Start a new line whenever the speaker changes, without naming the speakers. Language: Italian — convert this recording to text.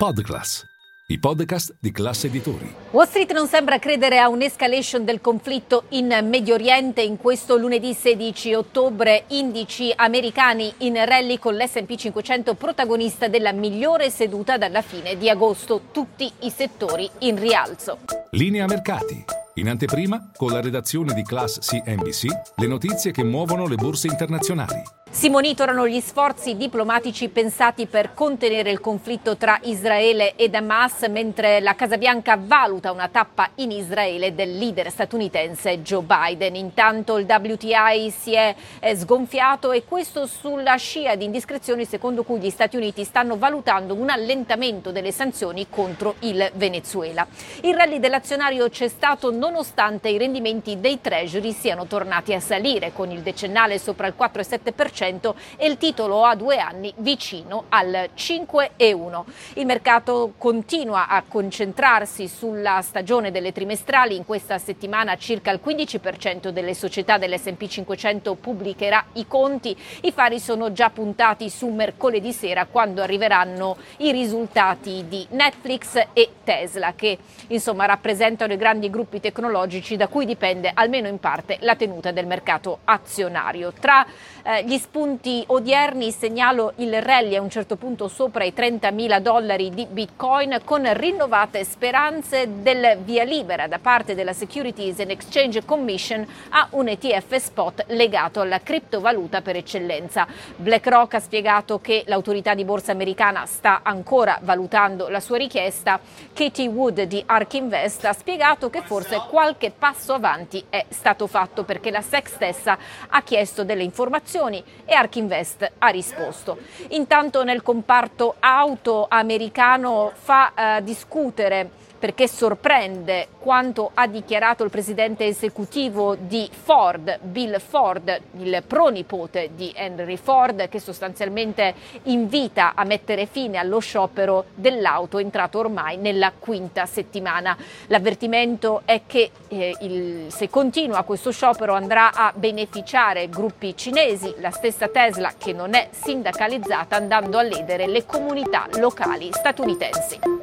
Podclass, i podcast di Class Editori.
Wall Street non sembra credere a un'escalation del conflitto in Medio Oriente. In questo lunedì 16 ottobre indici americani in rally con l'S&P 500 protagonista della migliore seduta dalla fine di agosto. Tutti i settori in rialzo.
Linea mercati. In anteprima, con la redazione di Class CNBC, le notizie che muovono le borse internazionali.
Si monitorano gli sforzi diplomatici pensati per contenere il conflitto tra Israele ed Hamas, mentre la Casa Bianca valuta una tappa in Israele del leader statunitense Joe Biden. Intanto il WTI si è sgonfiato, e questo sulla scia di indiscrezioni secondo cui gli Stati Uniti stanno valutando un allentamento delle sanzioni contro il Venezuela. Il rally dell'azionario c'è stato nonostante i rendimenti dei Treasury siano tornati a salire, con il decennale sopra il 4,7% e il titolo a 2 anni vicino al 5,1. Il mercato continua a concentrarsi sulla stagione delle trimestrali. In questa settimana circa il 15% delle società dell'S&P 500 pubblicherà i conti. I fari sono già puntati su mercoledì sera, quando arriveranno i risultati di Netflix e Tesla, che insomma rappresentano i grandi gruppi tecnologici da cui dipende almeno in parte la tenuta del mercato azionario. Tra gli spunti odierni segnalo il rally a un certo punto sopra i $30.000 di Bitcoin, con rinnovate speranze del via libera da parte della Securities and Exchange Commission a un ETF spot legato alla criptovaluta per eccellenza. BlackRock ha spiegato che l'autorità di borsa americana sta ancora valutando la sua richiesta. Katie Wood di ARK Invest ha spiegato che forse qualche passo avanti è stato fatto, perché la SEC stessa ha chiesto delle informazioni e ARK Invest ha risposto. Intanto nel comparto auto americano fa discutere, perché sorprende quanto ha dichiarato il presidente esecutivo di Ford, Bill Ford, il pronipote di Henry Ford, che sostanzialmente invita a mettere fine allo sciopero dell'auto, entrato ormai nella 5ª settimana. L'avvertimento è che se continua questo sciopero andrà a beneficiare gruppi cinesi, la stessa Tesla, che non è sindacalizzata, andando a ledere le comunità locali statunitensi.